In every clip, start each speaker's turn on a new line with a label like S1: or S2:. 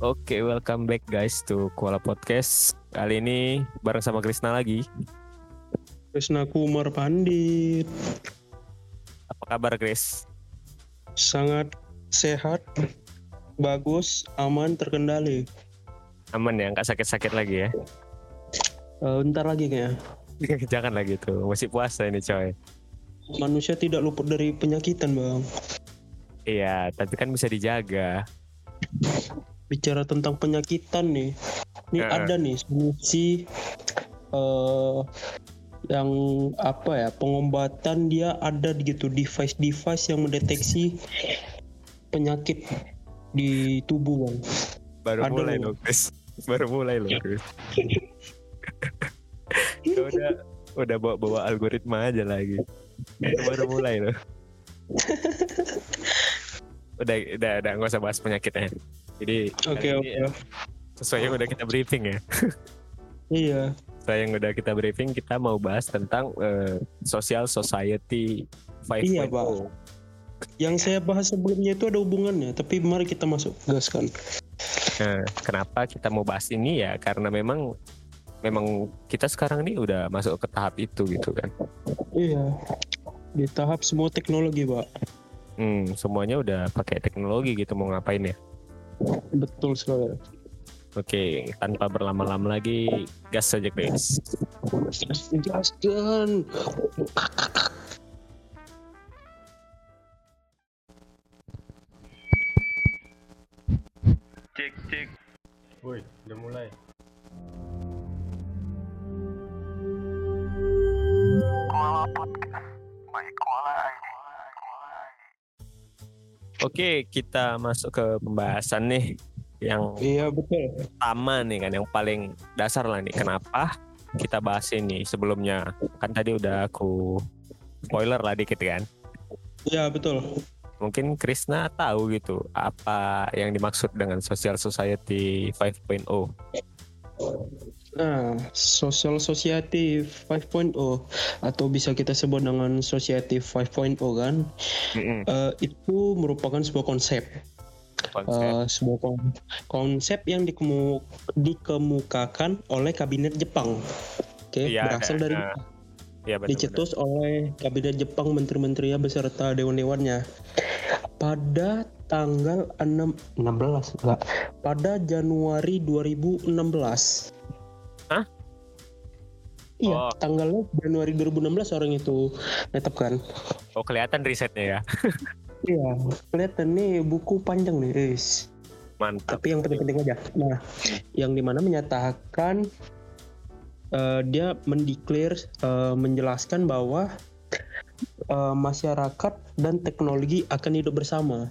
S1: Oke, welcome back guys to Kuala Podcast. Kali ini bareng sama Krisna lagi.
S2: Krisna Kumar Pandit.
S1: Apa kabar, Kris?
S2: Sangat sehat, bagus, aman, terkendali.
S1: Aman ya, nggak sakit-sakit lagi ya?
S2: Bentar lagi kayaknya.
S1: Jangan lagi tuh, masih puasa ini coy.
S2: Manusia tidak luput dari penyakitan, Bang.
S1: Iya, tapi kan bisa dijaga.
S2: Bicara tentang penyakitan nih. Ini ada nih solusi yang pengobatan dia ada gitu, device yang mendeteksi penyakit di tubuh, Bang.
S1: Baru ada mulai loh, Kris. Baru mulai loh, Kris. udah bawa algoritma aja lagi. Baru mulai loh. udah nggak usah bahas penyakitnya. Jadi
S2: Oke.
S1: Sesuai yang udah kita briefing ya.
S2: Iya.
S1: Sesuai yang udah kita briefing, kita mau bahas tentang social society 5.0.
S2: Iya, Pak. Yang saya bahas sebelumnya itu ada hubungannya, tapi mari kita masuk gaskan.
S1: Nah, kenapa kita mau bahas ini ya? Karena memang kita sekarang ini udah masuk ke tahap itu gitu kan.
S2: Iya. Di tahap semua teknologi, Pak.
S1: Semuanya udah pakai teknologi gitu, mau ngapain ya?
S2: Betul sekali.
S1: Oke, tanpa berlama-lama lagi, gas saja guys.
S2: Gaskan.
S3: Cek.
S4: Woi, udah mulai.
S1: Oke, kita masuk ke pembahasan nih yang
S2: betul.
S1: pertama nih kan, yang paling dasar lah nih. Kenapa kita bahas ini? Sebelumnya kan tadi udah aku spoiler lah dikit kan.
S2: Iya, betul.
S1: Mungkin Krisna tahu gitu apa yang dimaksud dengan social society 5.0.
S2: Nah, social society 5.0 atau bisa kita sebut dengan society 5.0 kan, itu merupakan sebuah konsep. Sebuah konsep yang dikemukakan oleh kabinet Jepang. Berasal dari dicetus oleh kabinet Jepang, menteri-menterinya beserta dewan-dewannya pada tanggal pada Januari 2016.
S1: Hah?
S2: Iya, tanggalnya Januari 2016 orang itu netapkan.
S1: Oh, kelihatan risetnya ya.
S2: Iya, kelihatan nih buku panjang nih, guys.
S1: Mantap.
S2: Tapi yang penting-penting aja. Nah, yang dimana menyatakan dia menjelaskan bahwa masyarakat dan teknologi akan hidup bersama,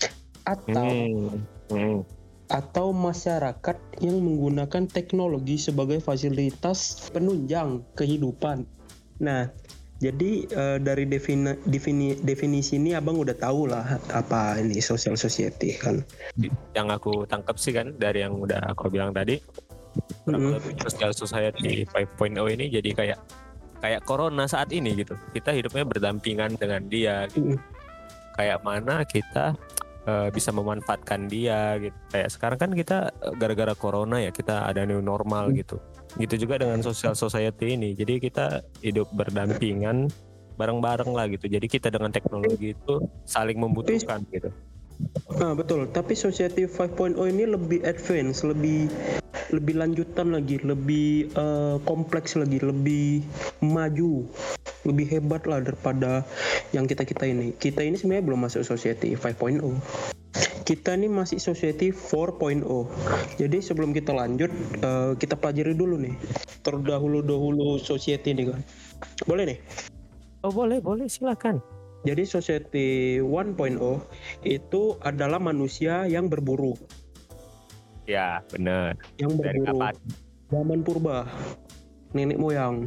S2: atau masyarakat yang menggunakan teknologi sebagai fasilitas penunjang kehidupan. Nah, jadi dari definisi ini abang udah tahu lah apa ini social society kan.
S1: Yang aku tangkap sih kan dari yang udah aku bilang tadi, social society 5.0 ini jadi kayak corona saat ini gitu. Kita hidupnya berdampingan dengan dia gitu. Kayak mana kita bisa memanfaatkan dia gitu. Kayak sekarang kan kita gara-gara corona ya, kita ada new normal gitu. Gitu juga dengan social society ini. Jadi kita hidup berdampingan bareng-bareng lah gitu. Jadi kita dengan teknologi itu saling membutuhkan gitu.
S2: Nah, betul. Tapi society 5.0 ini lebih advance, lebih lanjutan lagi, lebih kompleks lagi, lebih maju, lebih hebat lah daripada yang kita ini. Kita ini sebenarnya belum masuk society 5.0. Kita ini masih society 4.0. Jadi sebelum kita lanjut, kita pelajari dulu nih terdahulu society ini kan. Boleh nih?
S1: Oh, boleh silakan.
S2: Jadi society 1.0 itu adalah manusia yang berburu.
S1: Ya, benar.
S2: Yang berburu. Zaman purba. Nenek moyang.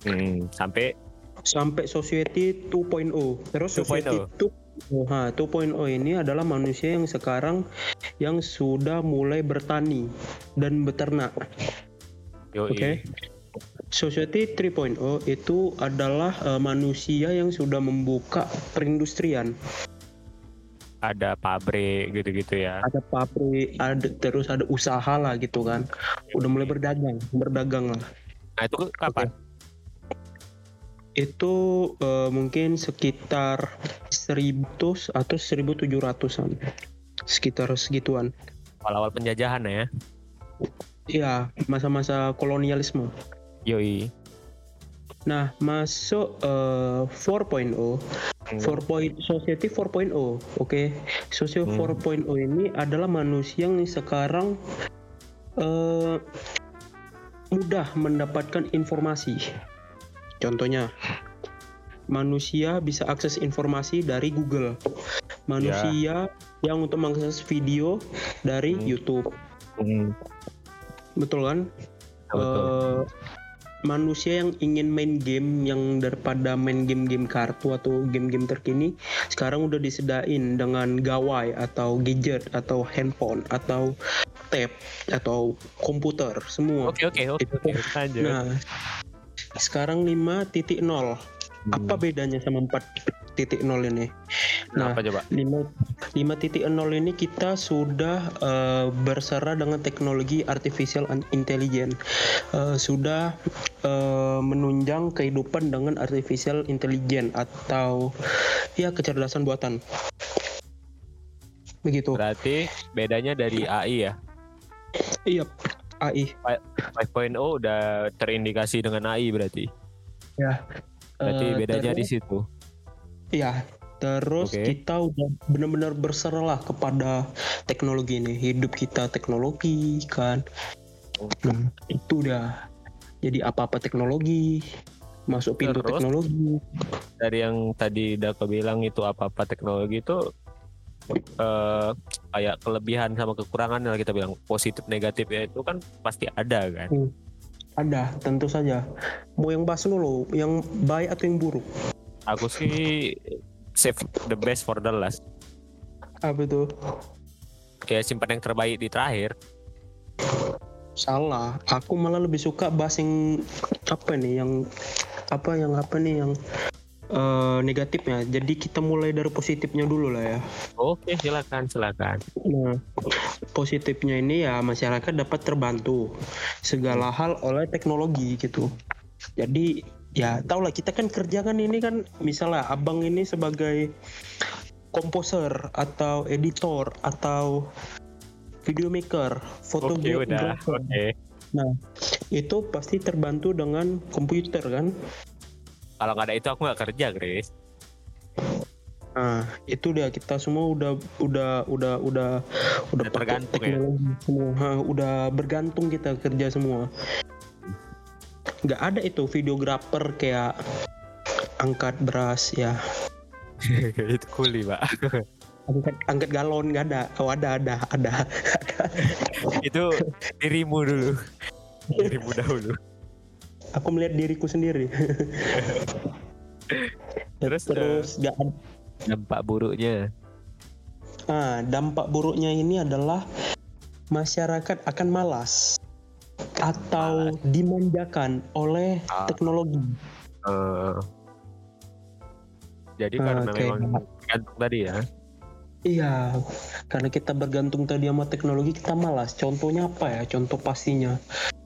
S2: Sampai society 2.0. Terus society 2.0 ini adalah manusia yang sekarang yang sudah mulai bertani dan beternak. Oke. Society 3.0 itu adalah manusia yang sudah membuka perindustrian.
S1: ada pabrik gitu-gitu ya.
S2: Ada pabrik, terus ada usaha lah gitu kan. Udah mulai berdagang lah.
S1: Nah itu kapan?
S2: Itu mungkin sekitar 1000 atau 1700-an. Sekitar segituan.
S1: Awal-awal penjajahan ya.
S2: Iya, masa-masa kolonialisme.
S1: Yoi.
S2: Nah, masuk 4.0. Society 4.0. Oke. Society 4.0 ini adalah manusia yang sekarang mudah mendapatkan informasi. Contohnya, manusia bisa akses informasi dari Google. Manusia yang untuk mengakses video dari YouTube. Betul kan?
S1: Betul.
S2: Manusia yang ingin main game yang daripada main game-game kartu atau game-game terkini sekarang udah disediain dengan gawai atau gadget atau handphone atau tab atau komputer semua.
S1: Oke. Lanjut.
S2: Nah, sekarang 5.0. Apa bedanya sama 4.0 ini? Nah,
S1: apa coba?
S2: 5.0 ini kita sudah bersara dengan teknologi artificial intelligence. Sudah menunjang kehidupan dengan artificial intelligence atau ya kecerdasan buatan. Begitu.
S1: Berarti bedanya dari AI ya?
S2: Iya, AI.
S1: 5.0 udah terindikasi dengan AI berarti.
S2: Ya.
S1: Berarti bedanya di situ.
S2: Iya. Terus kita udah benar-benar berseralah kepada teknologi ini. Hidup kita teknologi kan. Nah, itu udah jadi apa-apa teknologi. Masuk pintu
S1: Terus,
S2: teknologi.
S1: Dari yang tadi udah kau bilang itu apa-apa teknologi itu kayak kelebihan sama kekurangan yang kita bilang positif negatif ya itu kan pasti ada kan.
S2: Ada, tentu saja. Mau yang bahas dulu, yang baik atau yang buruk?
S1: Aku sih save the best for the last.
S2: Apa itu?
S1: Kayak simpan yang terbaik di terakhir.
S2: Salah. Aku malah lebih suka bahas yang negatifnya. Jadi kita mulai dari positifnya dulu lah ya.
S1: Oke, silakan.
S2: Nah, positifnya ini ya masyarakat dapat terbantu segala hal oleh teknologi gitu. Jadi ya tau lah kita kan kerja kan ini kan misalnya abang ini sebagai komposer atau editor atau video maker, fotografer. Nah itu pasti terbantu dengan komputer kan.
S1: Kalau nggak ada itu aku nggak kerja, Chris.
S2: Nah itu dia kita semua udah
S1: tergantung
S2: teknologi ya? Semua udah bergantung kita kerja semua. Nggak ada itu videografer kayak angkat beras ya.
S1: Itu kuli pak.
S2: angkat galon nggak ada. Oh ada.
S1: Itu dirimu dahulu.
S2: Aku melihat diriku sendiri. Terus nggak ada.
S1: Dampak buruknya.
S2: Dampak buruknya ini adalah masyarakat akan malas atau dimanjakan oleh teknologi.
S1: Jadi karena memang bergantung tadi ya.
S2: Iya, karena kita bergantung tadi sama teknologi kita malas. Contohnya apa ya? Contoh pastinya.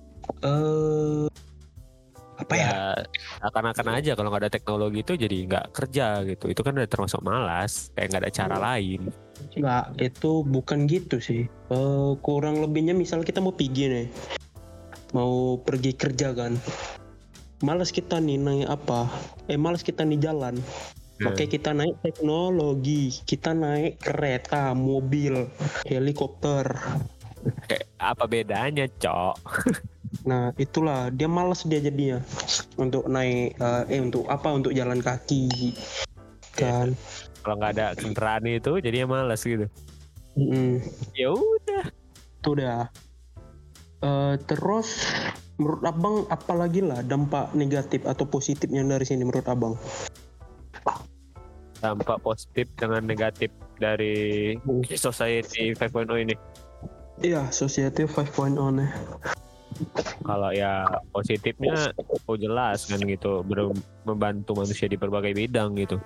S2: Apa ya?
S1: Akan-akan aja kalau nggak ada teknologi itu jadi nggak kerja gitu. Itu kan udah termasuk malas. Kayak nggak ada cara lain.
S2: Nggak, itu bukan gitu sih. Kurang lebihnya misal kita mau pergi nih. Mau pergi kerja kan. Malas kita nih naik apa? Malas kita nih jalan. Makanya kita naik teknologi, kita naik kereta, mobil, helikopter.
S1: Apa bedanya, Cok?
S2: Nah, itulah dia malas dia jadinya untuk naik untuk jalan kaki kan.
S1: Kalau nggak ada kendaraan itu jadinya malas gitu. Ya udah.
S2: Itu dah. Terus menurut abang apalagi lah dampak negatif atau positifnya dari sini menurut abang?
S1: Dampak positif dengan negatif dari Society 5.0 ini.
S2: Iya, Society 5.0 nih.
S1: Kalau ya positifnya jelas kan gitu, membantu manusia di berbagai bidang gitu.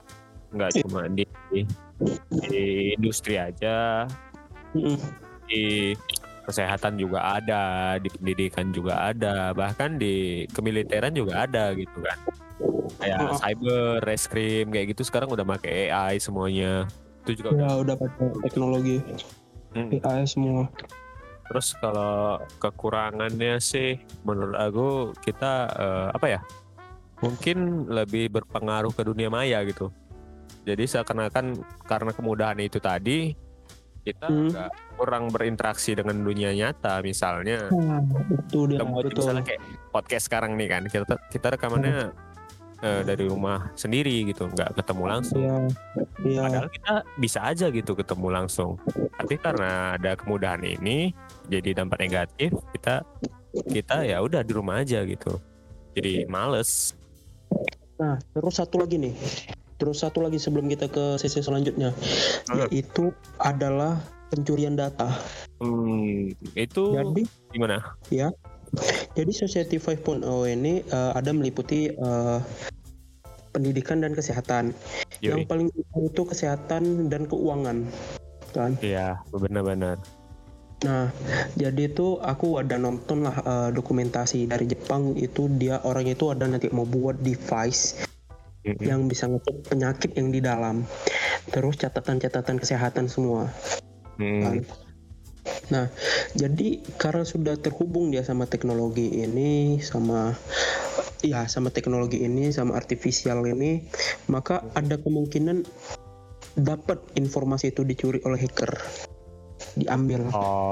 S1: nggak cuma di industri aja, di kesehatan juga ada, di pendidikan juga ada, bahkan di kemiliteran juga ada gitu kan. Kayak cyber, reskrim kayak gitu sekarang udah pakai AI semuanya. Itu juga
S2: udah pakai teknologi AI semua.
S1: Terus kalau kekurangannya sih menurut aku kita mungkin lebih berpengaruh ke dunia maya gitu. Jadi seakan-akan karena kemudahan itu tadi kita nggak kurang berinteraksi dengan dunia nyata. Misalnya misalnya kayak podcast sekarang nih kan, kita rekamannya dari rumah sendiri gitu, nggak ketemu langsung. Padahal kita bisa aja gitu ketemu langsung. Tapi karena ada kemudahan ini, jadi dampak negatif kita ya udah di rumah aja gitu. Jadi males.
S2: Nah, terus satu lagi sebelum kita ke sesi selanjutnya, yaitu adalah pencurian data.
S1: Itu
S2: jadi
S1: gimana?
S2: Ya. Jadi Society 5.0 ini ada meliputi pendidikan dan kesehatan. Yang paling utama itu kesehatan dan keuangan, kan?
S1: Iya, benar-benar.
S2: Nah, jadi itu aku ada nonton lah dokumentasi dari Jepang. Itu orang itu ada nanti mau buat device yang bisa ngecek penyakit yang di dalam, terus catatan-catatan kesehatan semua. Kan? Nah, jadi karena sudah terhubung dia sama teknologi ini, sama teknologi ini, sama artifisial ini, maka ada kemungkinan dapat informasi itu dicuri oleh hacker, diambil.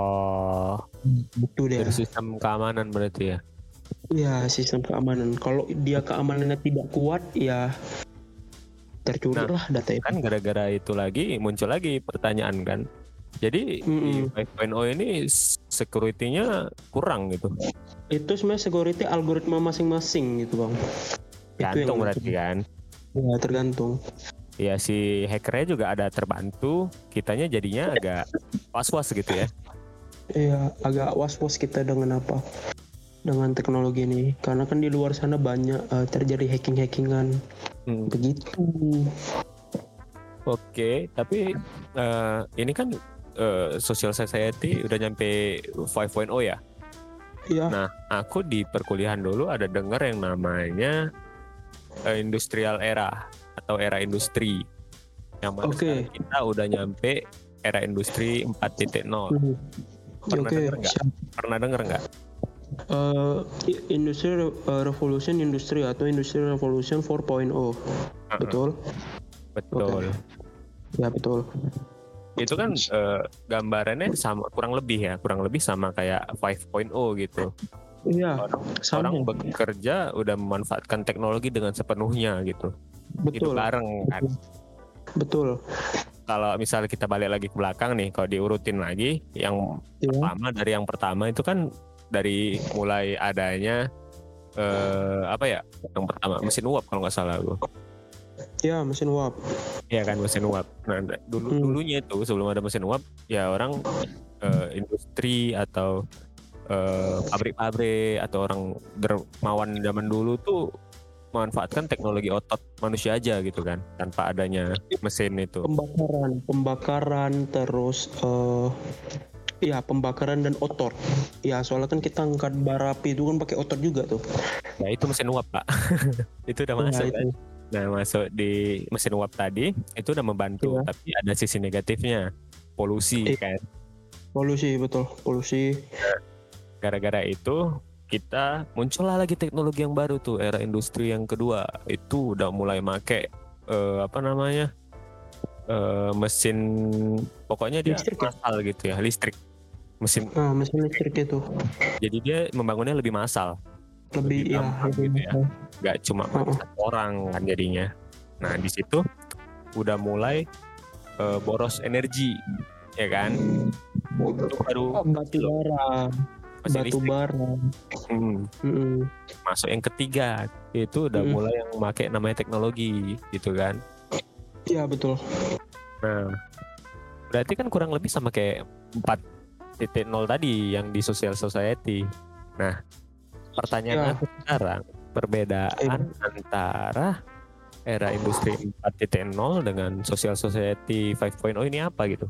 S1: Itu dia. Dari sistem keamanan berarti ya?
S2: Iya, sistem keamanan. Kalau dia keamanannya tidak kuat, ya tercuri lah data itu.
S1: Kan gara-gara itu lagi muncul lagi pertanyaan kan. Jadi di 5.0 ini security-nya kurang gitu.
S2: Itu sebenarnya security algoritma masing-masing gitu bang.
S1: Tergantung berarti kan?
S2: Ya tergantung.
S1: Ya si hackernya juga ada terbantu, kitanya jadinya agak was-was gitu ya.
S2: Iya, agak was-was kita dengan teknologi ini. Karena kan di luar sana banyak terjadi hacking-hackingan. Begitu.
S1: Oke, tapi ini kan social society udah nyampe 5.0 ya?
S2: Iya.
S1: Nah, aku di perkuliahan dulu ada dengar yang namanya industrial era atau era industri. Yang mana sekarang kita udah nyampe era industri 4.0. Pernah dengar nggak?
S2: Industri revolution industri atau industri revolution 4.0. Betul.
S1: Okay.
S2: Ya betul.
S1: Itu kan gambarannya kurang lebih sama kayak 5.0 gitu.
S2: Iya.
S1: Orang bekerja udah memanfaatkan teknologi dengan sepenuhnya gitu.
S2: Betul.
S1: Itu bareng kan.
S2: Betul.
S1: Kalau misalnya kita balik lagi ke belakang nih, kalau diurutin lagi, yang pertama itu kan dari mulai adanya yang pertama mesin uap kalau nggak salah gue.
S2: Ya mesin uap.
S1: Iya kan mesin uap. Nah dulunya itu sebelum ada mesin uap ya orang industri atau pabrik-pabrik atau orang dermawan zaman dulu tuh memanfaatkan teknologi otot manusia aja gitu kan tanpa adanya mesin itu. Pembakaran
S2: terus pembakaran dan otot. Ya soalnya kan kita angkat bara api itu kan pakai otot juga tuh.
S1: Ya itu mesin uap Pak. Itu udah masuk kan. Nah masuk di mesin uap tadi itu udah membantu, tapi ada sisi negatifnya, polusi kan.
S2: Polusi betul, polusi.
S1: Gara-gara itu kita muncullah lagi teknologi yang baru tuh, era industri yang kedua. Itu udah mulai make mesin, pokoknya dia massal gitu ya, listrik. Mesin
S2: listrik itu.
S1: Jadi dia membangunnya lebih massal.
S2: Lebih
S1: gitu ya. Gak cuma orang kan jadinya. Nah di situ udah mulai boros energi, ya kan? Itu baru batu bara. Masuk yang ketiga itu udah mulai yang pakai namanya teknologi gitu kan.
S2: Iya betul.
S1: Nah berarti kan kurang lebih sama kayak 4.0 tadi yang di social society. Nah pertanyaan aku sekarang, perbedaan antara era industri 4.0 dengan social society 5.0 ini apa gitu?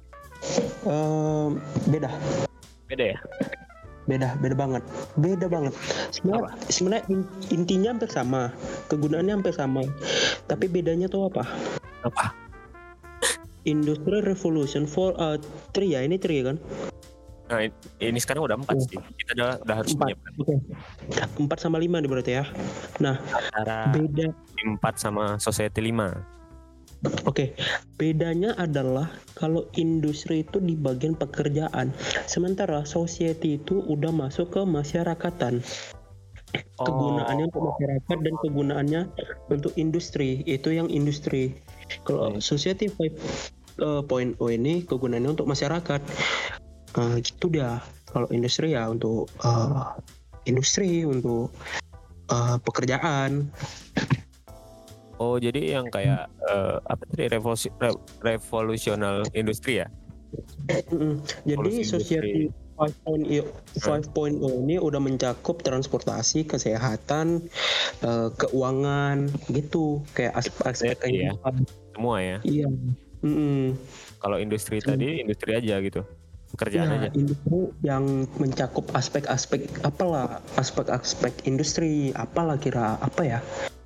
S2: Beda
S1: Beda ya?
S2: beda banget sebenarnya intinya hampir sama, kegunaannya hampir sama, tapi bedanya tuh apa?
S1: Apa?
S2: Industri Revolution 3 ya, ini 3 kan?
S1: Nah, ini sekarang udah 4 sih. Kita udah harus
S2: 4.
S1: menyiapkan.
S2: Oke. 4 sama 5 nih berarti ya. Nah,
S1: Antara
S2: beda
S1: 4 sama society 5.
S2: Oke, bedanya adalah kalau industri itu di bagian pekerjaan, sementara society itu udah masuk ke masyarakatan. Kegunaannya untuk masyarakat dan kegunaannya untuk industri, itu yang industri. Kalau society 5.0 ini kegunaannya untuk masyarakat. Gitu dia. Kalau industri ya untuk industri, untuk pekerjaan.
S1: Oh, jadi yang kayak apa tadi revolusional industri ya?
S2: Jadi society 5.0 ini udah mencakup transportasi, kesehatan, keuangan gitu, kayak aspek kehidupan.
S1: Semua ya.
S2: Iya.
S1: Kalau industri tadi industri aja gitu, pekerjaan aja.
S2: Industri yang mencakup aspek-aspek aspek-aspek industri apalah kira-kira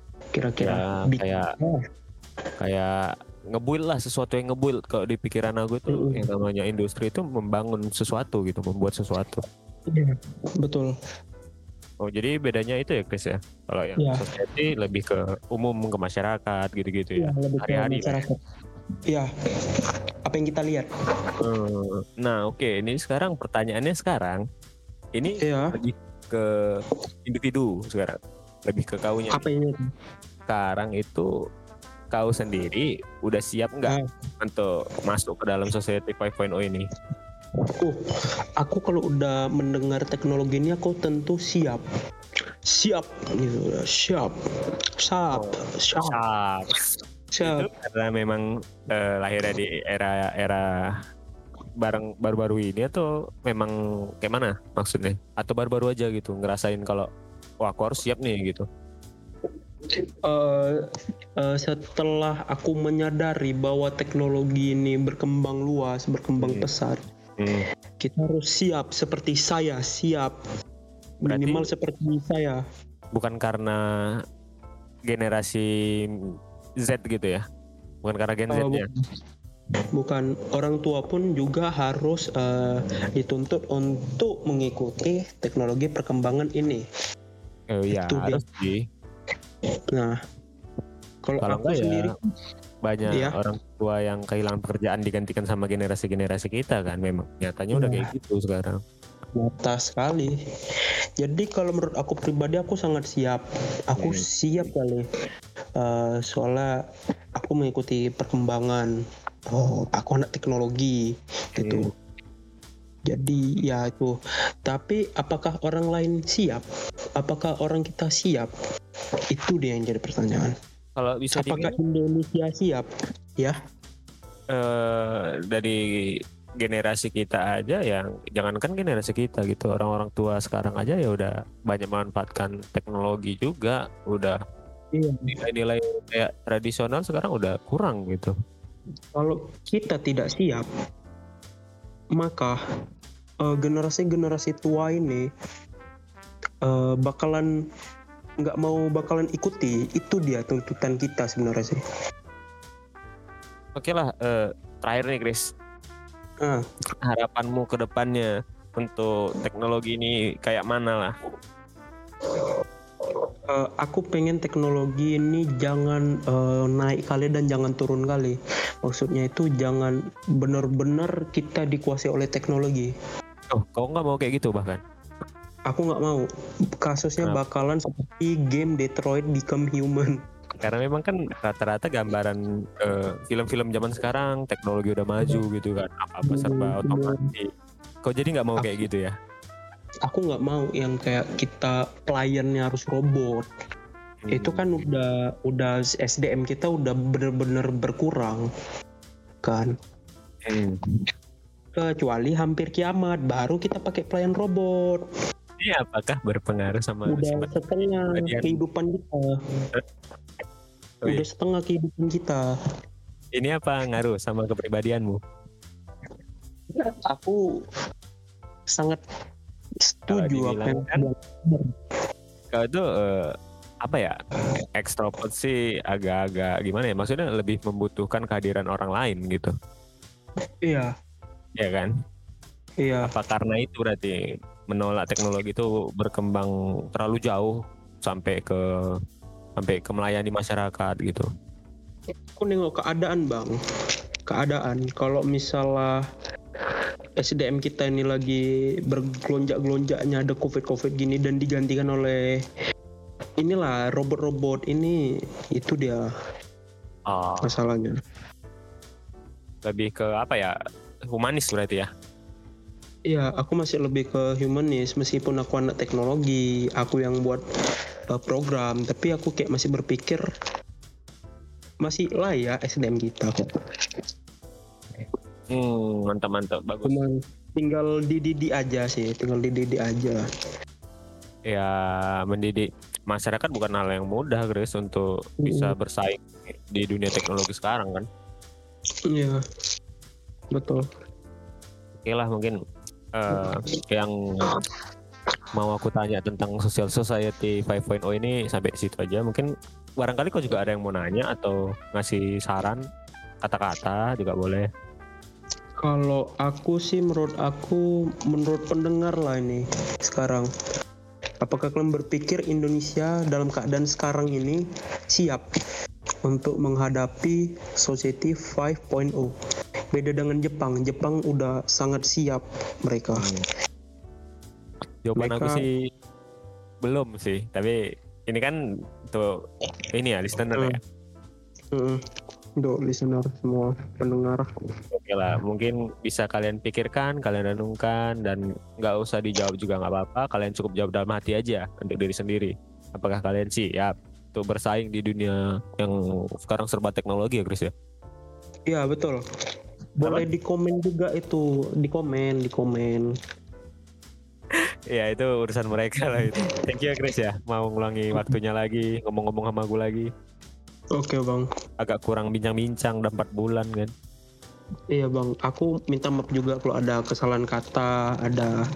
S1: kayak ngebuild lah, sesuatu yang ngebuild. Kalau di pikiran aku tuh yang namanya industri itu membangun sesuatu gitu, membuat sesuatu.
S2: Iya, betul.
S1: Oh, jadi bedanya itu ya Chris ya. Kalau yang society lebih ke umum, ke masyarakat gitu-gitu ya. Hari-hari
S2: masyarakat. Iya. Apa yang kita lihat.
S1: Nah, oke. Ini sekarang pertanyaannya ini lebih ke individu sekarang. Lebih ke kaunya.
S2: Apa ini?
S1: Sekarang itu kau sendiri udah siap nggak untuk masuk ke dalam society 5.0 ini?
S2: Aku kalau udah mendengar teknologi ini aku tentu siap gitu. Siap.
S1: Itu karena memang lahirnya di era baru-baru ini, atau memang kayak mana maksudnya? Atau baru-baru aja gitu ngerasain kalau wah aku harus siap nih gitu?
S2: Setelah aku menyadari bahwa teknologi ini berkembang luas, berkembang pesat, kita harus siap seperti saya siap. Minimal seperti saya.
S1: Bukan karena generasi Z gitu ya? Bukan karena Gen Z-nya?
S2: Bukan, orang tua pun juga harus dituntut untuk mengikuti teknologi perkembangan ini.
S1: Oh iya, harus sih.
S2: Nah, kalau aku sendiri
S1: banyak orang tua yang kehilangan pekerjaan digantikan sama generasi-generasi kita kan. Memang nyatanya udah kayak gitu sekarang.
S2: Nyata sekali. Jadi kalau menurut aku pribadi aku sangat siap. Aku siap kali. Soalnya aku mengikuti perkembangan. Aku anak teknologi gitu. Jadi ya itu. Tapi apakah orang lain siap? Apakah orang kita siap? Itu dia yang jadi pertanyaan.
S1: Kalau bisa
S2: apakah Indonesia siap? Ya.
S1: Dari generasi kita aja, yang jangankan generasi kita gitu, orang-orang tua sekarang aja ya udah banyak memanfaatkan teknologi juga, udah nilai-nilai kayak tradisional sekarang udah kurang gitu.
S2: Kalau kita tidak siap, maka generasi-generasi tua ini bakalan ikuti. Itu dia tuntutan kita sebenarnya sih.
S1: Oke lah, terakhir nih Chris, harapanmu ke depannya untuk teknologi ini kayak mana lah?
S2: Aku pengen teknologi ini jangan naik kali dan jangan turun kali. Maksudnya itu jangan benar-benar kita dikuasai oleh teknologi.
S1: Kau nggak mau kayak gitu bahkan?
S2: Aku nggak mau. Kasusnya bakalan seperti game Detroit Become Human.
S1: Karena memang kan rata-rata gambaran film-film zaman sekarang teknologi udah maju gitu kan, apa-apa serba otomatis. Kau jadi nggak mau kayak gitu ya?
S2: Aku nggak mau yang kayak kita pelayannya harus robot. Itu kan udah SDM kita udah bener-bener berkurang kan. Kecuali hampir kiamat baru kita pakai pelayan robot.
S1: Ini apakah berpengaruh sama
S2: udah setengah kehidupan kita?
S1: Wih,
S2: Udah setengah kehidupan kita.
S1: ini apa ngaruh sama kepribadianmu?
S2: Aku sangat
S1: Kalau
S2: setuju apa yang
S1: dibilang kan, kau tuh apa ya, ekstrovert sih agak-agak gimana ya? Maksudnya lebih membutuhkan kehadiran orang lain gitu,
S2: Iya,
S1: ya kan?
S2: iya.
S1: Apa karena itu berarti menolak teknologi itu berkembang terlalu jauh sampai ke melayani masyarakat gitu?
S2: Aku nengok keadaan bang. Keadaan. Kalau misalnya SDM kita ini lagi bergelonjak-gelonjaknya, ada COVID gini dan digantikan oleh inilah robot-robot ini, itu dia
S1: Oh,
S2: masalahnya.
S1: lebih ke apa ya? Humanis berarti ya?
S2: Iya, aku masih lebih ke humanis meskipun aku anak teknologi, aku yang buat program, tapi aku kayak masih berpikir masih layak SDM kita kok.
S1: Mantap bagus.
S2: Cuman tinggal dididik aja sih, tinggal dididik aja.
S1: Ya, mendidik masyarakat bukan hal yang mudah, Grace, untuk bisa bersaing di dunia teknologi sekarang kan.
S2: Iya, betul.
S1: Oke lah, mungkin yang mau aku tanya tentang Social Society 5.0 ini sampai situ aja. Mungkin barangkali kau juga ada yang mau nanya atau ngasih saran, kata-kata juga boleh.
S2: Kalau aku sih, menurut pendengar lah ini sekarang, apakah kalian berpikir Indonesia dalam keadaan sekarang ini siap untuk menghadapi Society 5.0? Beda dengan Jepang udah sangat siap mereka.
S1: Jawaban aku
S2: Mereka-
S1: sih belum sih, tapi ini kan untuk ini ya listener ya.
S2: Untuk listener semua pendengar.
S1: Oke lah, mungkin bisa kalian pikirkan, kalian renungkan, dan nggak usah dijawab juga nggak apa-apa. Kalian cukup jawab dalam hati aja untuk diri sendiri. Apakah kalian siap untuk bersaing di dunia yang sekarang serba teknologi ya, Chris ya?
S2: Iya betul. Boleh di komen juga itu, di komen.
S1: Ya itu urusan mereka lah itu. Thank you ya, Chris ya, mau ngulangi waktunya lagi, ngomong-ngomong sama gue lagi.
S2: Oke bang.
S1: Agak kurang bincang-bincang, udah 4 bulan kan.
S2: Iya bang, aku minta maaf juga kalau ada kesalahan kata, ada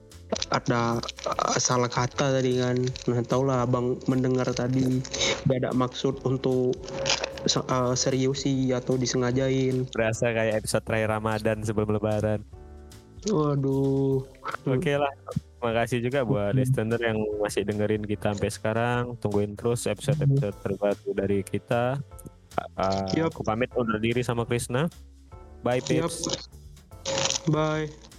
S2: salah kata tadi kan. Nah tau lah abang mendengar tadi gak ada maksud untuk seriusi atau disengajain.
S1: Berasa kayak episode terakhir Ramadan sebelum Lebaran.
S2: Waduh.
S1: Oke lah, makasih juga buat listener yang masih dengerin kita sampai sekarang. Tungguin terus episode-episode terbaru dari kita.
S2: Yap.
S1: Aku pamit undur diri sama Krisna. Bye,
S2: Yap.
S1: Pips.
S2: Bye.